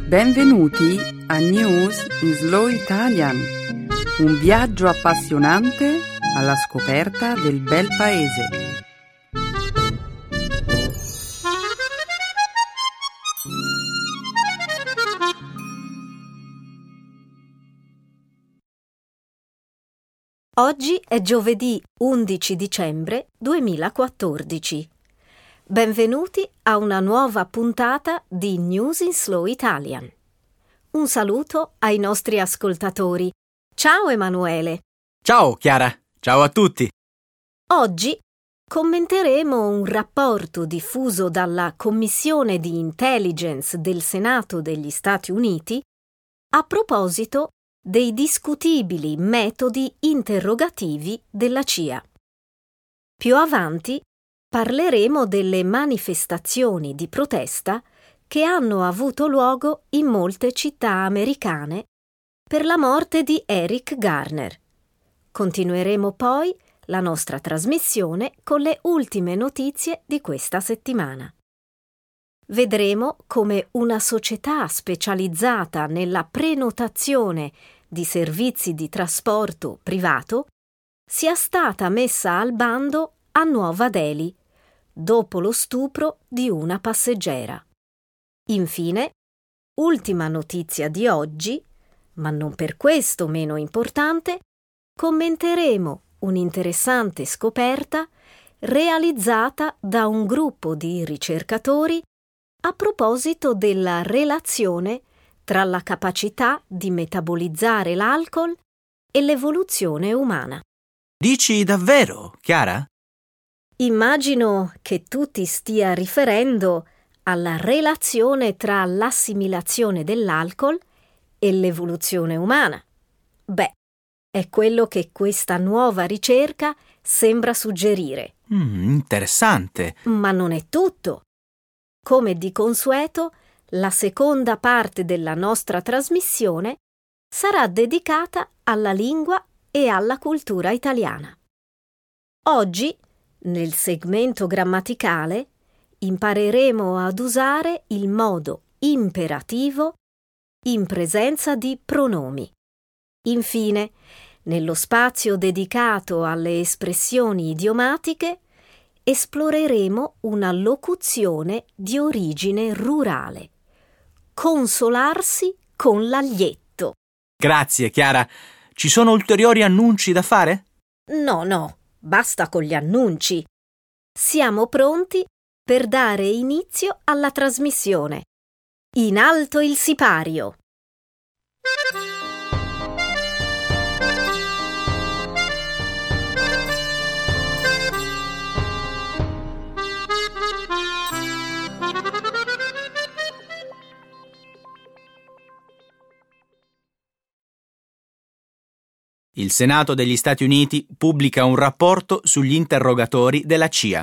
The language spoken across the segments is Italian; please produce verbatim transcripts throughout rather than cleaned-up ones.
Benvenuti a News in Slow Italian, un viaggio appassionante alla scoperta del bel paese. Oggi è giovedì undici dicembre duemilaquattordici. Benvenuti a una nuova puntata di News in Slow Italian. Un saluto ai nostri ascoltatori. Ciao Emanuele. Ciao Chiara, ciao a tutti. Oggi commenteremo un rapporto diffuso dalla Commissione di Intelligence del Senato degli Stati Uniti a proposito dei discutibili metodi interrogativi della C I A. Più avanti parleremo delle manifestazioni di protesta che hanno avuto luogo in molte città americane per la morte di Eric Garner. Continueremo poi la nostra trasmissione con le ultime notizie di questa settimana. Vedremo come una società specializzata nella prenotazione di servizi di trasporto privato sia stata messa al bando a Nuova Delhi dopo lo stupro di una passeggera. Infine, ultima notizia di oggi, ma non per questo meno importante, commenteremo un'interessante scoperta realizzata da un gruppo di ricercatori a proposito della relazione tra la capacità di metabolizzare l'alcol e l'evoluzione umana. Dici davvero, Chiara? Immagino che tu ti stia riferendo alla relazione tra l'assimilazione dell'alcol e l'evoluzione umana. Beh, è quello che questa nuova ricerca sembra suggerire. Mm, interessante. Ma non è tutto. Come di consueto, la seconda parte della nostra trasmissione sarà dedicata alla lingua e alla cultura italiana. Oggi, nel segmento grammaticale, impareremo ad usare il modo imperativo in presenza di pronomi. Infine, nello spazio dedicato alle espressioni idiomatiche, esploreremo una locuzione di origine rurale. Consolarsi con l'aglietto. Grazie, Chiara. Ci sono ulteriori annunci da fare? No, no, basta con gli annunci. Siamo pronti per dare inizio alla trasmissione. In alto il sipario! Il Senato degli Stati Uniti pubblica un rapporto sugli interrogatori della C I A.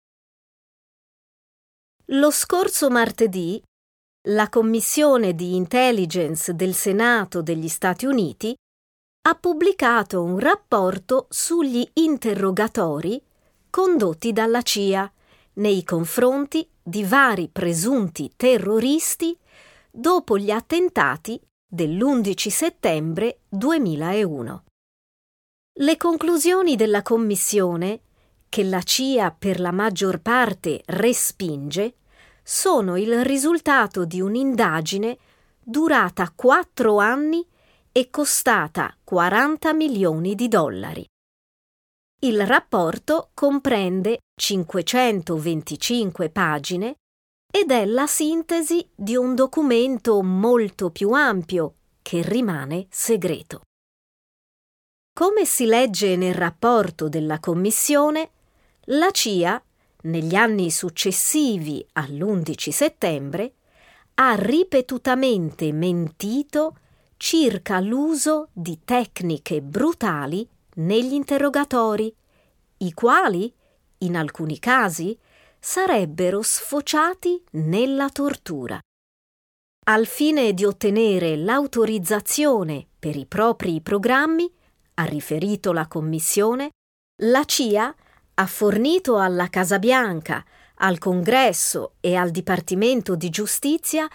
Lo scorso martedì, la Commissione di Intelligence del Senato degli Stati Uniti ha pubblicato un rapporto sugli interrogatori condotti dalla C I A nei confronti di vari presunti terroristi dopo gli attentati dell'undici settembre duemilauno. Le conclusioni della Commissione, che la C I A per la maggior parte respinge, sono il risultato di un'indagine durata quattro anni e costata quaranta milioni di dollari. Il rapporto comprende cinquecentoventicinque pagine ed è la sintesi di un documento molto più ampio che rimane segreto. Come si legge nel rapporto della Commissione, la C I A, negli anni successivi all'undici settembre, ha ripetutamente mentito circa l'uso di tecniche brutali negli interrogatori, i quali, in alcuni casi, sarebbero sfociati nella tortura. Al fine di ottenere l'autorizzazione per i propri programmi, ha riferito la Commissione, la C I A ha fornito alla Casa Bianca, al Congresso e al Dipartimento di Giustizia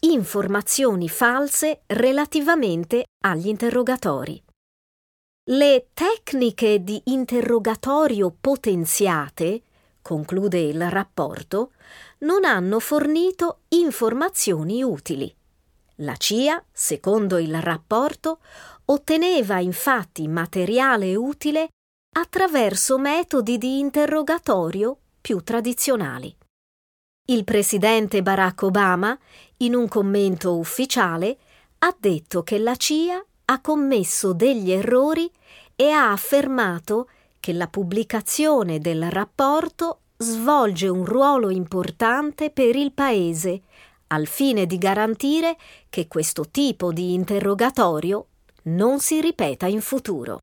informazioni false relativamente agli interrogatori. Le tecniche di interrogatorio potenziate, conclude il rapporto, non hanno fornito informazioni utili. La C I A, secondo il rapporto, otteneva infatti materiale utile attraverso metodi di interrogatorio più tradizionali. Il presidente Barack Obama, in un commento ufficiale, ha detto che la C I A ha commesso degli errori e ha affermato che la pubblicazione del rapporto svolge un ruolo importante per il Paese, al fine di garantire che questo tipo di interrogatorio non si ripeta in futuro.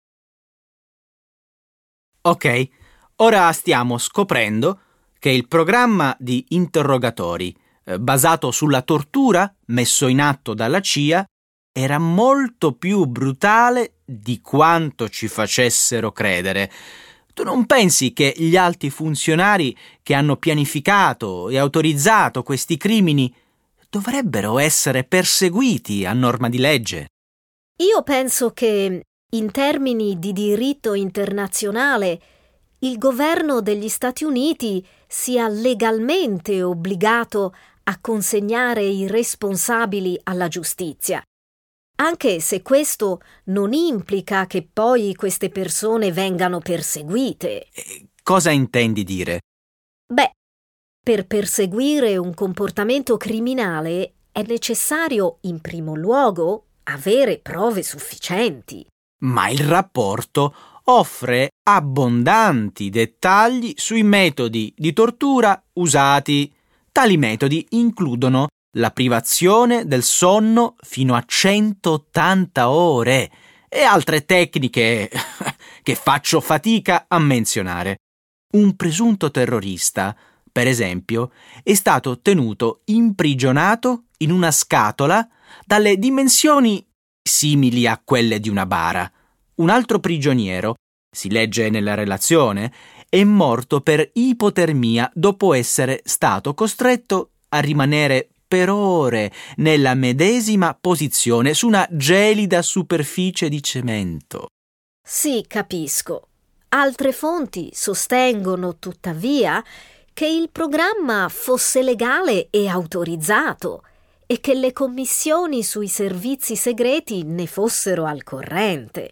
Ok, ora stiamo scoprendo che il programma di interrogatori eh, basato sulla tortura messo in atto dalla C I A era molto più brutale di quanto ci facessero credere. Tu non pensi che gli alti funzionari che hanno pianificato e autorizzato questi crimini dovrebbero essere perseguiti a norma di legge? Io penso che, in termini di diritto internazionale, il governo degli Stati Uniti sia legalmente obbligato a consegnare i responsabili alla giustizia, anche se questo non implica che poi queste persone vengano perseguite. Eh, cosa intendi dire? Beh, per perseguire un comportamento criminale è necessario, in primo luogo, avere prove sufficienti. Ma il rapporto offre abbondanti dettagli sui metodi di tortura usati. Tali metodi includono la privazione del sonno fino a centottanta ore e altre tecniche che faccio fatica a menzionare. Un presunto terrorista, per esempio, è stato tenuto imprigionato in una scatola dalle dimensioni simili a quelle di una bara. Un altro prigioniero, si legge nella relazione, è morto per ipotermia dopo essere stato costretto a rimanere per ore nella medesima posizione su una gelida superficie di cemento. Sì, capisco. Altre fonti sostengono, tuttavia, che il programma fosse legale e autorizzato e che le commissioni sui servizi segreti ne fossero al corrente.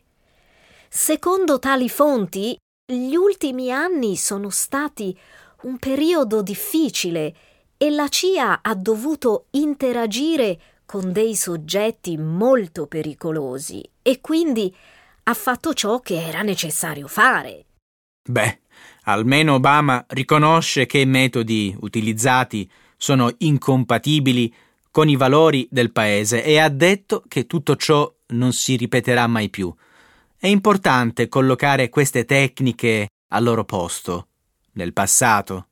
Secondo tali fonti, gli ultimi anni sono stati un periodo difficile e la C I A ha dovuto interagire con dei soggetti molto pericolosi e quindi ha fatto ciò che era necessario fare. Beh, almeno Obama riconosce che i metodi utilizzati sono incompatibili con i valori del paese e ha detto che tutto ciò non si ripeterà mai più. È importante collocare queste tecniche al loro posto, nel passato.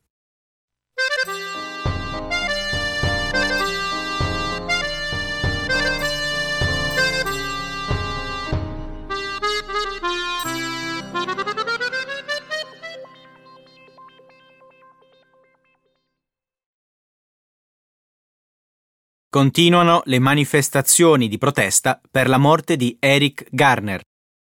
Continuano le manifestazioni di protesta per la morte di Eric Garner.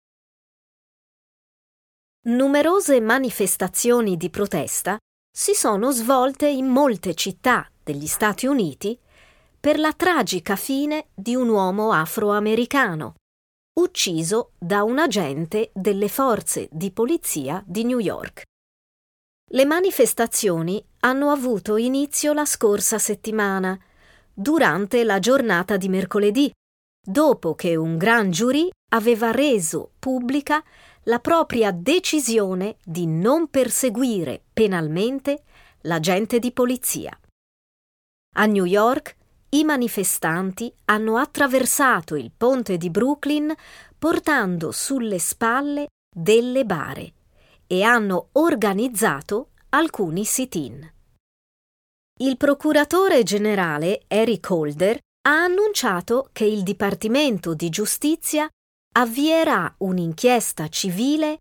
Numerose manifestazioni di protesta si sono svolte in molte città degli Stati Uniti per la tragica fine di un uomo afroamericano, ucciso da un agente delle forze di polizia di New York. Le manifestazioni hanno avuto inizio la scorsa settimana, durante la giornata di mercoledì, dopo che un gran giurì aveva reso pubblica la propria decisione di non perseguire penalmente l'agente di polizia. A New York i manifestanti hanno attraversato il ponte di Brooklyn portando sulle spalle delle bare e hanno organizzato alcuni sit-in. Il procuratore generale Eric Holder ha annunciato che il Dipartimento di Giustizia avvierà un'inchiesta civile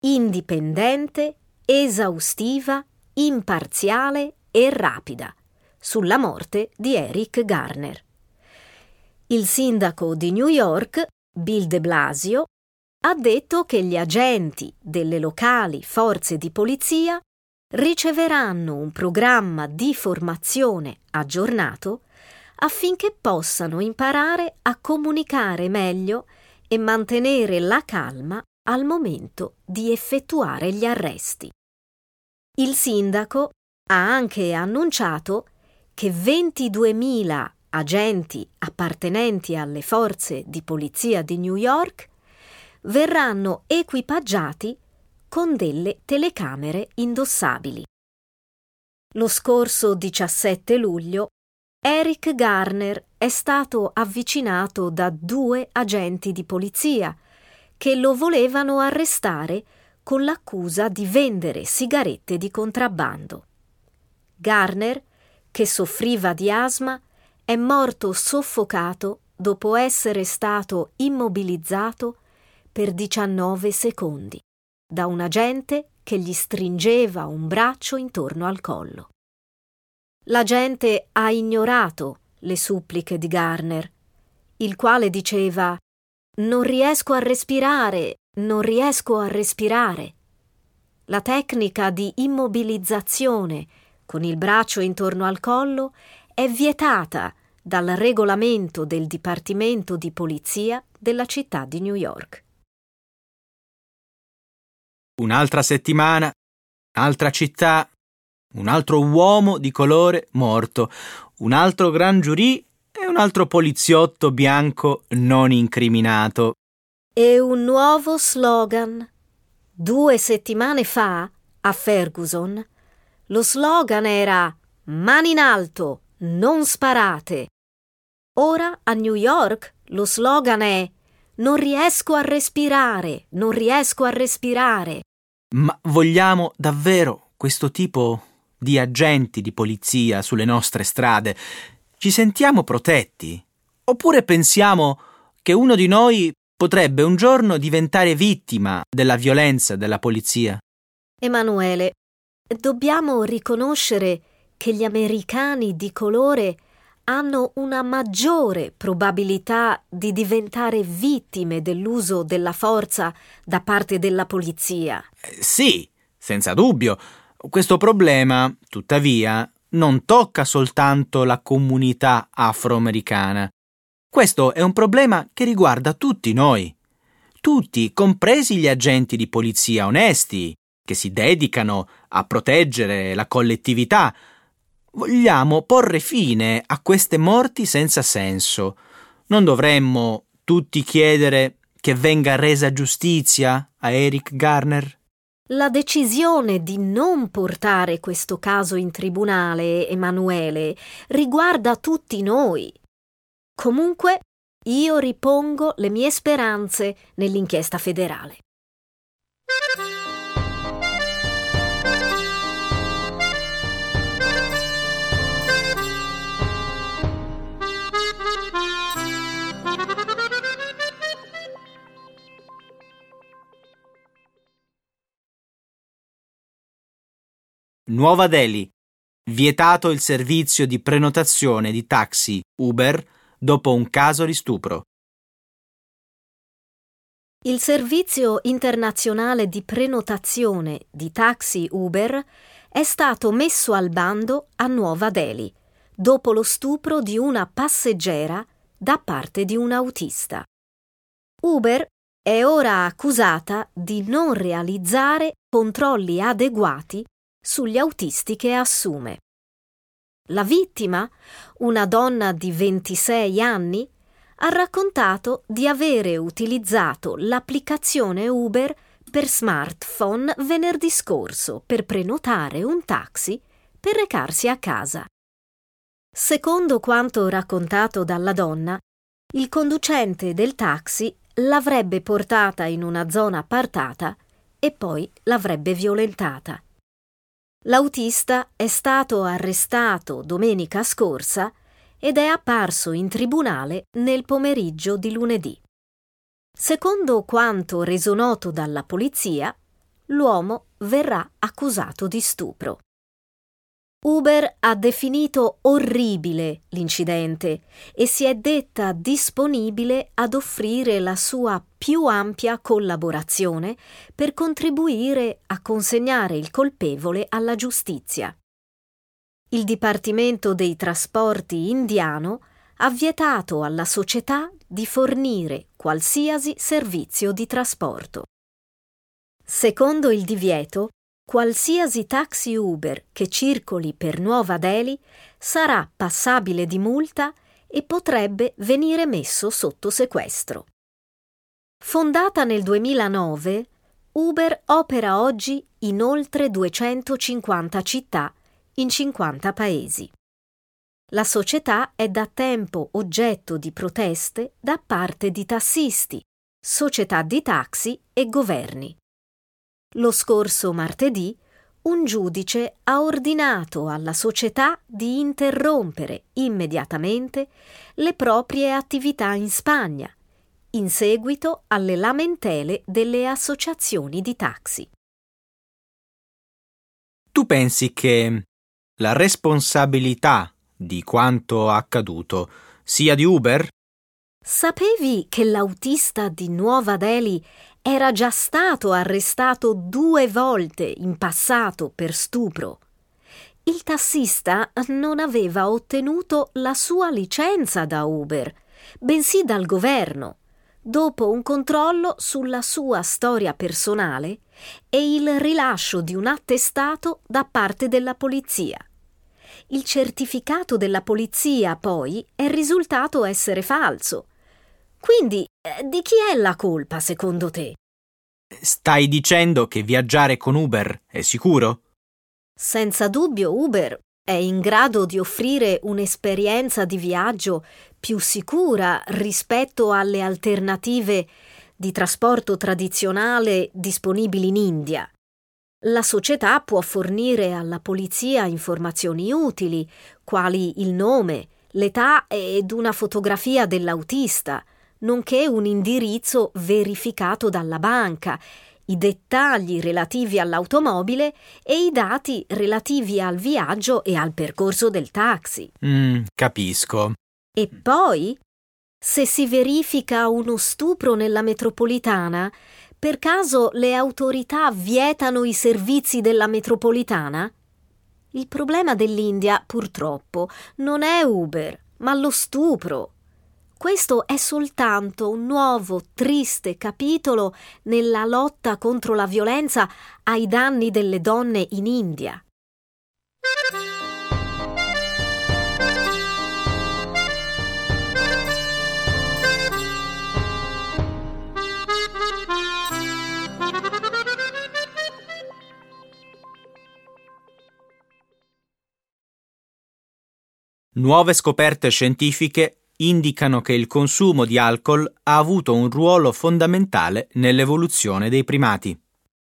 indipendente, esaustiva, imparziale e rapida sulla morte di Eric Garner. Il sindaco di New York, Bill de Blasio, ha detto che gli agenti delle locali forze di polizia riceveranno un programma di formazione aggiornato affinché possano imparare a comunicare meglio e mantenere la calma al momento di effettuare gli arresti. Il sindaco ha anche annunciato che ventiduemila agenti appartenenti alle forze di polizia di New York verranno equipaggiati con delle telecamere indossabili. Lo scorso diciassette luglio Eric Garner è stato avvicinato da due agenti di polizia che lo volevano arrestare con l'accusa di vendere sigarette di contrabbando. Garner, che soffriva di asma, è morto soffocato dopo essere stato immobilizzato per diciannove secondi da un agente che gli stringeva un braccio intorno al collo. L'agente ha ignorato le suppliche di Garner, il quale diceva: «Non riesco a respirare, non riesco a respirare». La tecnica di immobilizzazione con il braccio intorno al collo è vietata dal regolamento del Dipartimento di Polizia della città di New York. Un'altra settimana, un'altra città, un altro uomo di colore morto, un altro gran giurì e un altro poliziotto bianco non incriminato. E un nuovo slogan. Due settimane fa, a Ferguson, lo slogan era «Mani in alto, non sparate». Ora a New York lo slogan è «Non riesco a respirare, non riesco a respirare». Ma vogliamo davvero questo tipo di agenti di polizia sulle nostre strade? Ci sentiamo protetti? Oppure pensiamo che uno di noi potrebbe un giorno diventare vittima della violenza della polizia? Emanuele, dobbiamo riconoscere che gli americani di colore hanno una maggiore probabilità di diventare vittime dell'uso della forza da parte della polizia. Eh, sì, senza dubbio. Questo problema, tuttavia, non tocca soltanto la comunità afroamericana. Questo è un problema che riguarda tutti noi. Tutti, compresi gli agenti di polizia onesti, che si dedicano a proteggere la collettività. Vogliamo porre fine a queste morti senza senso. Non dovremmo tutti chiedere che venga resa giustizia a Eric Garner? La decisione di non portare questo caso in tribunale, Emanuele, riguarda tutti noi. Comunque, io ripongo le mie speranze nell'inchiesta federale. Nuova Delhi. Vietato il servizio di prenotazione di taxi Uber dopo un caso di stupro. Il servizio internazionale di prenotazione di taxi Uber è stato messo al bando a Nuova Delhi dopo lo stupro di una passeggera da parte di un autista. Uber è ora accusata di non realizzare controlli adeguati sugli autisti che assume. La vittima, una donna di ventisei anni, ha raccontato di avere utilizzato l'applicazione Uber per smartphone venerdì scorso per prenotare un taxi per recarsi a casa. Secondo quanto raccontato dalla donna, il conducente del taxi l'avrebbe portata in una zona appartata e poi l'avrebbe violentata. L'autista è stato arrestato domenica scorsa ed è apparso in tribunale nel pomeriggio di lunedì. Secondo quanto reso noto dalla polizia, l'uomo verrà accusato di stupro. Uber ha definito orribile l'incidente e si è detta disponibile ad offrire la sua più ampia collaborazione per contribuire a consegnare il colpevole alla giustizia. Il Dipartimento dei Trasporti indiano ha vietato alla società di fornire qualsiasi servizio di trasporto. Secondo il divieto, qualsiasi taxi Uber che circoli per Nuova Delhi sarà passabile di multa e potrebbe venire messo sotto sequestro. Fondata nel duemilanove, Uber opera oggi in oltre duecentocinquanta città in cinquanta paesi. La società è da tempo oggetto di proteste da parte di tassisti, società di taxi e governi. Lo scorso martedì, un giudice ha ordinato alla società di interrompere immediatamente le proprie attività in Spagna, in seguito alle lamentele delle associazioni di taxi. Tu pensi che la responsabilità di quanto accaduto sia di Uber? Sapevi che l'autista di Nuova Delhi era già stato arrestato due volte in passato per stupro? Il tassista non aveva ottenuto la sua licenza da Uber, bensì dal governo, dopo un controllo sulla sua storia personale e il rilascio di un attestato da parte della polizia. Il certificato della polizia, poi, è risultato essere falso. Quindi, di chi è la colpa, secondo te? Stai dicendo che viaggiare con Uber è sicuro? Senza dubbio Uber è in grado di offrire un'esperienza di viaggio più sicura rispetto alle alternative di trasporto tradizionale disponibili in India. La società può fornire alla polizia informazioni utili, quali il nome, l'età ed una fotografia dell'autista, nonché un indirizzo verificato dalla banca, i dettagli relativi all'automobile e i dati relativi al viaggio e al percorso del taxi. Mm, capisco. E poi, se si verifica uno stupro nella metropolitana, per caso le autorità vietano i servizi della metropolitana? Il problema dell'India, purtroppo, non è Uber, ma lo stupro. Questo è soltanto un nuovo, triste capitolo nella lotta contro la violenza ai danni delle donne in India. Nuove scoperte scientifiche indicano che il consumo di alcol ha avuto un ruolo fondamentale nell'evoluzione dei primati.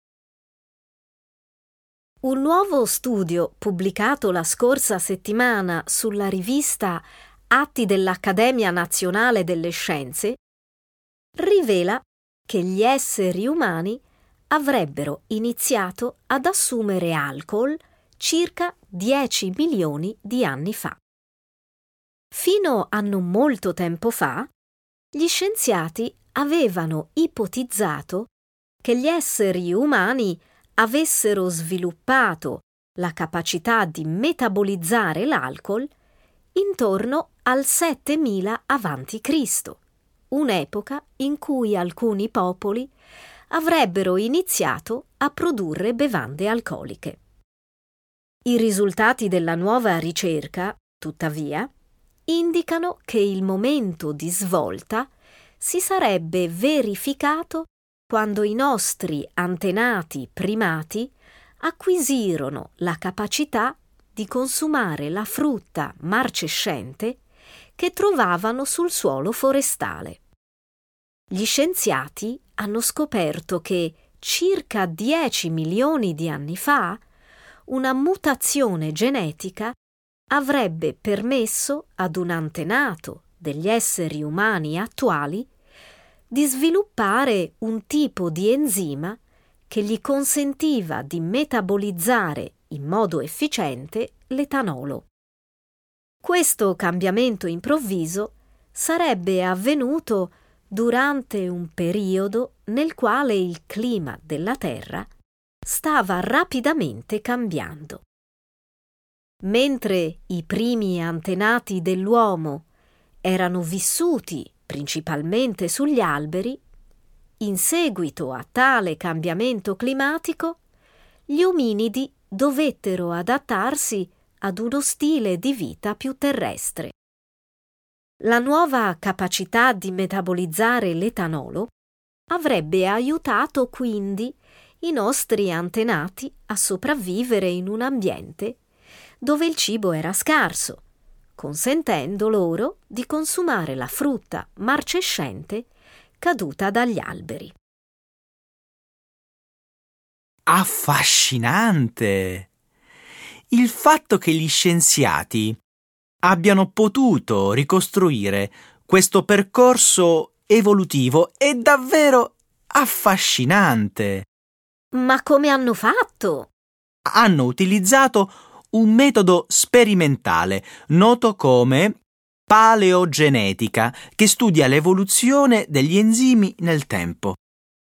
Un nuovo studio pubblicato la scorsa settimana sulla rivista Atti dell'Accademia Nazionale delle Scienze rivela che gli esseri umani avrebbero iniziato ad assumere alcol circa dieci milioni di anni fa. Fino a non molto tempo fa, gli scienziati avevano ipotizzato che gli esseri umani avessero sviluppato la capacità di metabolizzare l'alcol intorno al settemila avanti Cristo, un'epoca in cui alcuni popoli avrebbero iniziato a produrre bevande alcoliche. I risultati della nuova ricerca, tuttavia, indicano che il momento di svolta si sarebbe verificato quando i nostri antenati primati acquisirono la capacità di consumare la frutta marcescente che trovavano sul suolo forestale. Gli scienziati hanno scoperto che circa dieci milioni di anni fa una mutazione genetica avrebbe permesso ad un antenato degli esseri umani attuali di sviluppare un tipo di enzima che gli consentiva di metabolizzare in modo efficiente l'etanolo. Questo cambiamento improvviso sarebbe avvenuto durante un periodo nel quale il clima della Terra stava rapidamente cambiando. Mentre i primi antenati dell'uomo erano vissuti principalmente sugli alberi, in seguito a tale cambiamento climatico, gli ominidi dovettero adattarsi ad uno stile di vita più terrestre. La nuova capacità di metabolizzare l'etanolo avrebbe aiutato quindi i nostri antenati a sopravvivere in un ambiente dove il cibo era scarso, consentendo loro di consumare la frutta marcescente caduta dagli alberi. Affascinante! Il fatto che gli scienziati abbiano potuto ricostruire questo percorso evolutivo è davvero affascinante. Ma come hanno fatto? Hanno utilizzato un metodo sperimentale noto come paleogenetica, che studia l'evoluzione degli enzimi nel tempo.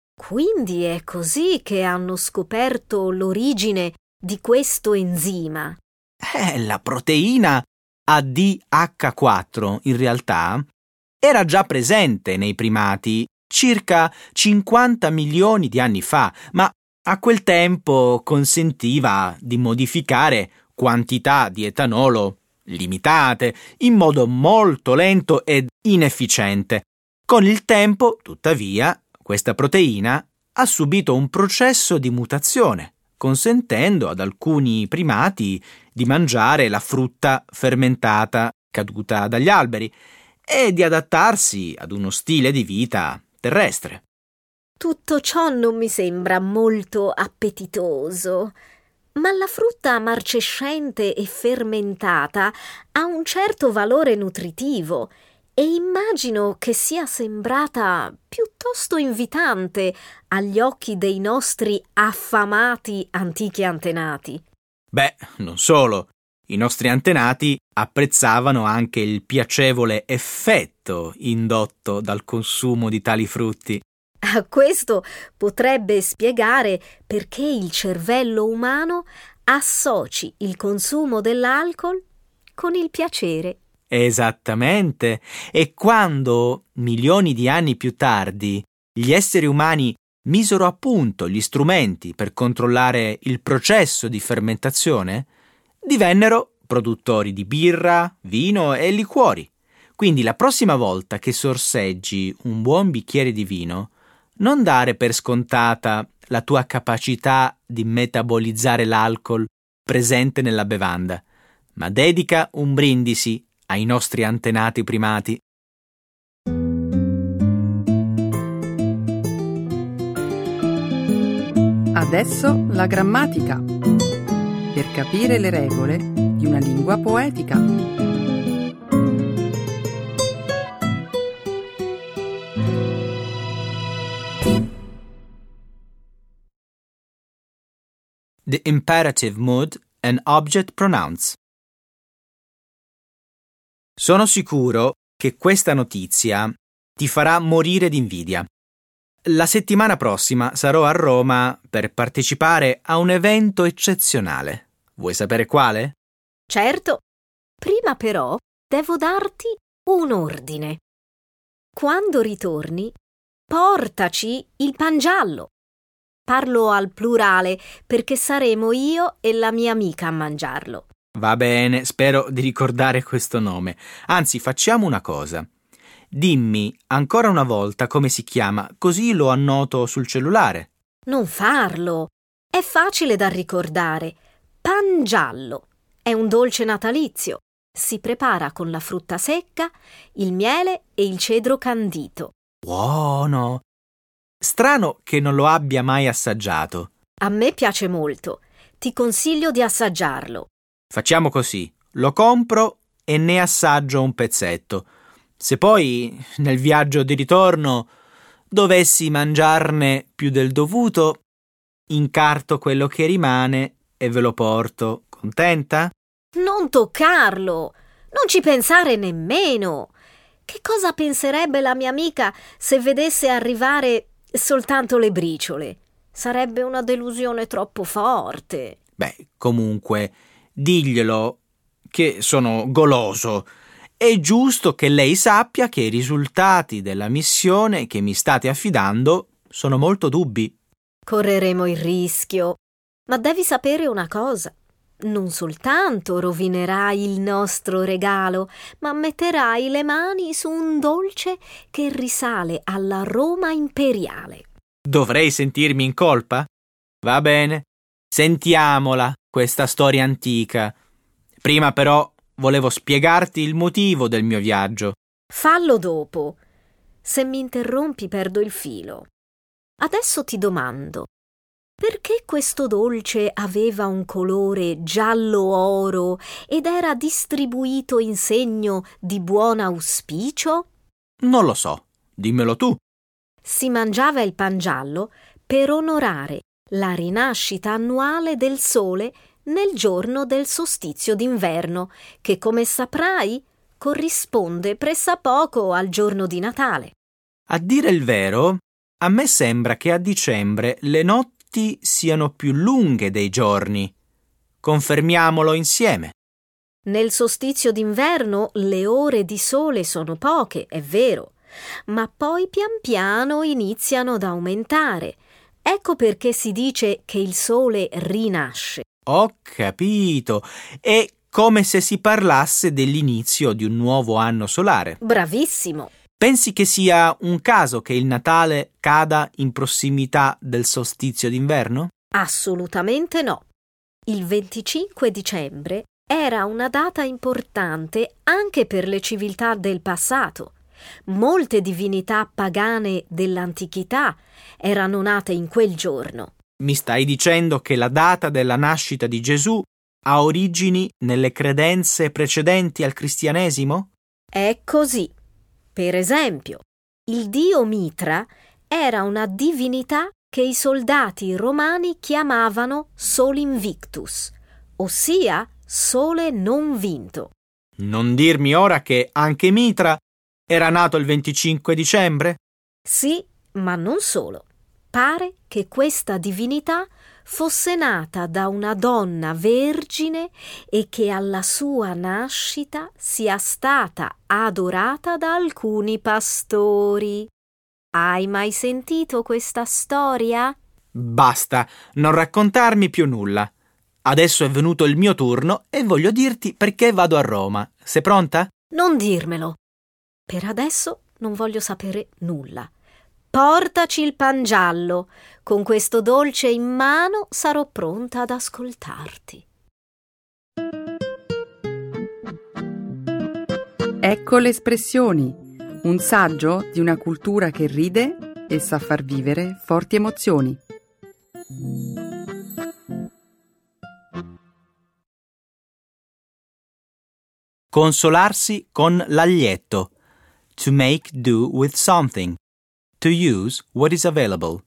Quindi è così che hanno scoperto l'origine di questo enzima. Eh, la proteina A D H quattro, in realtà, era già presente nei primati circa cinquanta milioni di anni fa, ma a quel tempo consentiva di modificare quantità di etanolo limitate, in modo molto lento ed inefficiente. Con il tempo, tuttavia, questa proteina ha subito un processo di mutazione, consentendo ad alcuni primati di mangiare la frutta fermentata caduta dagli alberi e di adattarsi ad uno stile di vita terrestre. Tutto ciò non mi sembra molto appetitoso. Ma la frutta marcescente e fermentata ha un certo valore nutritivo e immagino che sia sembrata piuttosto invitante agli occhi dei nostri affamati antichi antenati. Beh, non solo. I nostri antenati apprezzavano anche il piacevole effetto indotto dal consumo di tali frutti. A questo potrebbe spiegare perché il cervello umano associ il consumo dell'alcol con il piacere. Esattamente. E quando, milioni di anni più tardi, gli esseri umani misero a punto gli strumenti per controllare il processo di fermentazione, divennero produttori di birra, vino e liquori. Quindi la prossima volta che sorseggi un buon bicchiere di vino, non dare per scontata la tua capacità di metabolizzare l'alcol presente nella bevanda, ma dedica un brindisi ai nostri antenati primati. Adesso la grammatica, per capire le regole di una lingua poetica. The imperative mood and object pronouns. Sono sicuro che questa notizia ti farà morire d'invidia. La settimana prossima sarò a Roma per partecipare a un evento eccezionale. Vuoi sapere quale? Certo. Prima però devo darti un ordine. Quando ritorni, portaci il pangiallo. Parlo al plurale perché saremo io e la mia amica a mangiarlo. Va bene, spero di ricordare questo nome. Anzi, facciamo una cosa. Dimmi ancora una volta come si chiama, così lo annoto sul cellulare. Non farlo. È facile da ricordare. Pangiallo. È un dolce natalizio. Si prepara con la frutta secca, il miele e il cedro candito. Buono! Strano che non lo abbia mai assaggiato. A me piace molto. Ti consiglio di assaggiarlo. Facciamo così. Lo compro e ne assaggio un pezzetto. Se poi, nel viaggio di ritorno, dovessi mangiarne più del dovuto, incarto quello che rimane e ve lo porto. Contenta? Non toccarlo! Non ci pensare nemmeno! Che cosa penserebbe la mia amica se vedesse arrivare soltanto le briciole? Sarebbe una delusione troppo forte. Beh, comunque, diglielo che sono goloso. È giusto che lei sappia che i risultati della missione che mi state affidando sono molto dubbi. Correremo il rischio. Ma devi sapere una cosa. Non soltanto rovinerai il nostro regalo, ma metterai le mani su un dolce che risale alla Roma imperiale. Dovrei sentirmi in colpa? Va bene, sentiamola, questa storia antica. Prima però volevo spiegarti il motivo del mio viaggio. Fallo dopo. Se mi interrompi perdo il filo. Adesso ti domando. Perché questo dolce aveva un colore giallo oro ed era distribuito in segno di buon auspicio? Non lo so, dimmelo tu. Si mangiava il pan giallo per onorare la rinascita annuale del sole nel giorno del solstizio d'inverno, che, come saprai, corrisponde pressappoco al giorno di Natale. A dire il vero, a me sembra che a dicembre le notti siano più lunghe dei giorni. Confermiamolo insieme. Nel solstizio d'inverno le ore di sole sono poche, è vero, ma poi pian piano iniziano ad aumentare. Ecco perché si dice che il sole rinasce. Ho capito. È come se si parlasse dell'inizio di un nuovo anno solare. Bravissimo. Pensi che sia un caso che il Natale cada in prossimità del solstizio d'inverno? Assolutamente no. Il venticinque dicembre era una data importante anche per le civiltà del passato. Molte divinità pagane dell'antichità erano nate in quel giorno. Mi stai dicendo che la data della nascita di Gesù ha origini nelle credenze precedenti al cristianesimo? È così. Per esempio, il dio Mitra era una divinità che i soldati romani chiamavano Sol Invictus, ossia sole non vinto. Non dirmi ora che anche Mitra era nato il venticinque dicembre? Sì, ma non solo. Pare che questa divinità fosse nata da una donna vergine e che alla sua nascita sia stata adorata da alcuni pastori. Hai mai sentito questa storia? Basta, non raccontarmi più nulla. Adesso è venuto il mio turno e voglio dirti perché vado a Roma. Sei pronta? Non dirmelo. Per adesso non voglio sapere nulla. Portaci il pan giallo. Con questo dolce in mano sarò pronta ad ascoltarti. Ecco le espressioni, un saggio di una cultura che ride e sa far vivere forti emozioni. Consolarsi con l'aglietto. To make do with something. To use what is available.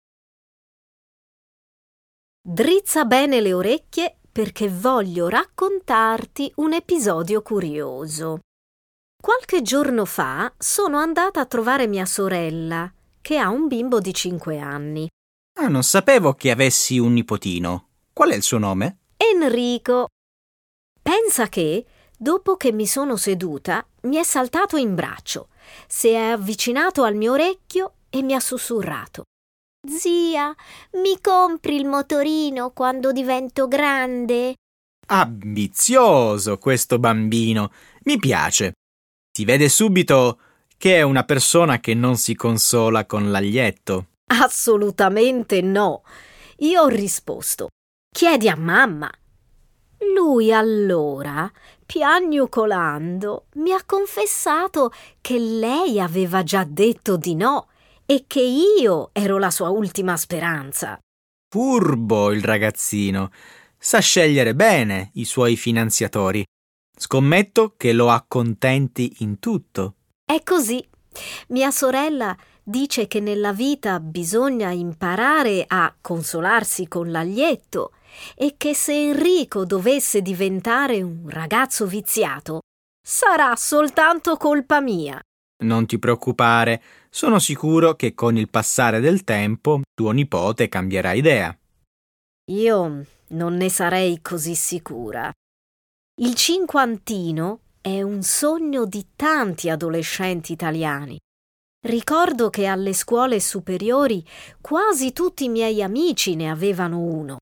Drizza bene le orecchie perché voglio raccontarti un episodio curioso. Qualche giorno fa sono andata a trovare mia sorella, che ha un bimbo di cinque anni. Ah, non sapevo che avessi un nipotino. Qual è il suo nome? Enrico. Pensa che, dopo che mi sono seduta, mi è saltato in braccio, si è avvicinato al mio orecchio e mi ha sussurrato: «Zia, mi compri il motorino quando divento grande?» Ambizioso questo bambino, mi piace. Si vede subito che è una persona che non si consola con l'aglietto. Assolutamente no. Io ho risposto: «Chiedi a mamma». Lui allora, piagnucolando, mi ha confessato che lei aveva già detto di no e che io ero la sua ultima speranza. Furbo il ragazzino. Sa scegliere bene i suoi finanziatori. Scommetto che lo accontenti in tutto. È così. Mia sorella dice che nella vita bisogna imparare a consolarsi con l'aglietto e che se Enrico dovesse diventare un ragazzo viziato, sarà soltanto colpa mia. Non ti preoccupare, sono sicuro che con il passare del tempo tuo nipote cambierà idea. Io non ne sarei così sicura. Il cinquantino è un sogno di tanti adolescenti italiani. Ricordo che alle scuole superiori quasi tutti i miei amici ne avevano uno.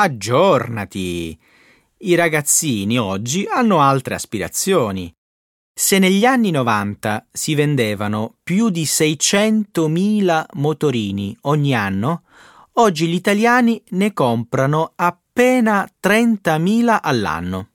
Aggiornati! I ragazzini oggi hanno altre aspirazioni. Se negli anni novanta si vendevano più di seicentomila motorini ogni anno, oggi gli italiani ne comprano appena trentamila all'anno.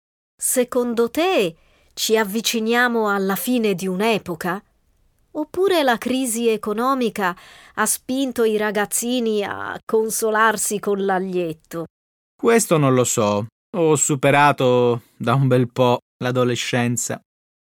Secondo te ci avviciniamo alla fine di un'epoca? Oppure la crisi economica ha spinto i ragazzini a consolarsi con l'aglietto? Questo non lo so. Ho superato da un bel po' l'adolescenza.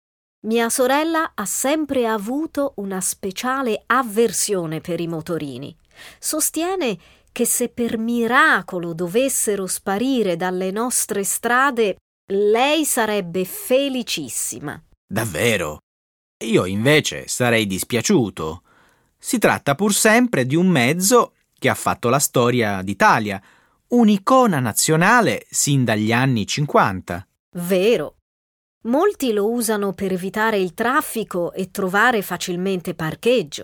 Mia sorella ha sempre avuto una speciale avversione per i motorini. Sostiene che se per miracolo dovessero sparire dalle nostre strade, lei sarebbe felicissima. Davvero? Io invece sarei dispiaciuto. Si tratta pur sempre di un mezzo che ha fatto la storia d'Italia, un'icona nazionale sin dagli anni cinquanta. Vero. Molti lo usano per evitare il traffico e trovare facilmente parcheggio.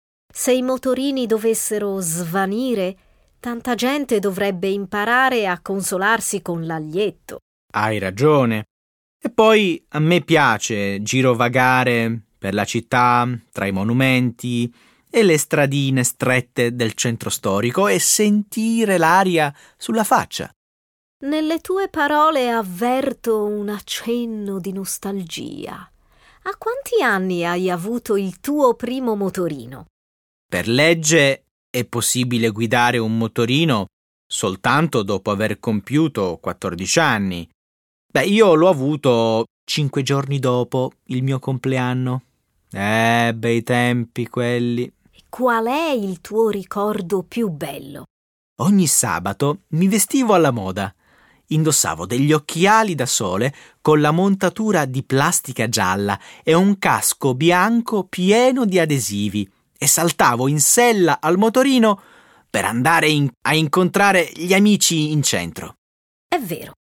Se i motorini dovessero svanire, tanta gente dovrebbe imparare a consolarsi con l'aglietto. Hai ragione. E poi a me piace girovagare per la città, tra i monumenti e le stradine strette del centro storico e sentire l'aria sulla faccia. Nelle tue parole avverto un accenno di nostalgia. A quanti anni hai avuto il tuo primo motorino? Per legge è possibile guidare un motorino soltanto dopo aver compiuto quattordici anni. Beh, io l'ho avuto cinque giorni dopo il mio compleanno. Eh, bei tempi quelli. Qual è il tuo ricordo più bello? Ogni sabato mi vestivo alla moda. Indossavo degli occhiali da sole con la montatura di plastica gialla e un casco bianco pieno di adesivi e saltavo in sella al motorino per andare in- a incontrare gli amici in centro. È vero.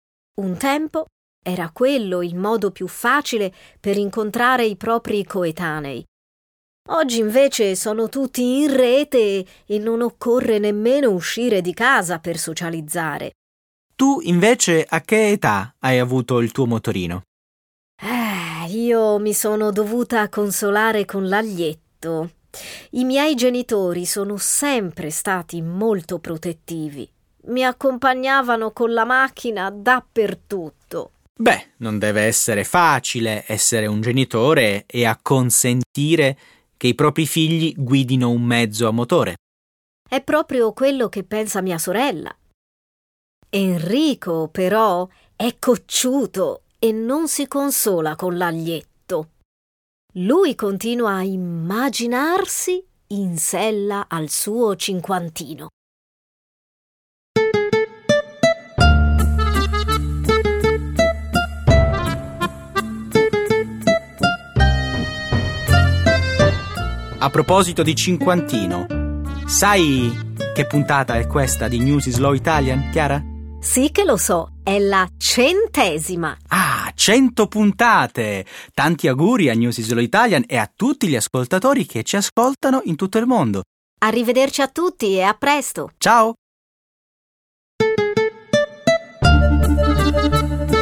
Un tempo era quello il modo più facile per incontrare i propri coetanei. Oggi invece sono tutti in rete e non occorre nemmeno uscire di casa per socializzare. Tu invece a che età hai avuto il tuo motorino? Eh, io mi sono dovuta consolare con l'aglietto. I miei genitori sono sempre stati molto protettivi. Mi accompagnavano con la macchina dappertutto. Beh, non deve essere facile essere un genitore e acconsentire che i propri figli guidino un mezzo a motore. È proprio quello che pensa mia sorella. Enrico, però, è cocciuto e non si consola con l'aglietto. Lui continua a immaginarsi in sella al suo cinquantino. A proposito di cinquantino, sai che puntata è questa di News in Slow Italian, Chiara? Sì che lo so, è la centesima. Ah, cento puntate! Tanti auguri a News in Slow Italian e a tutti gli ascoltatori che ci ascoltano in tutto il mondo. Arrivederci a tutti e a presto. Ciao!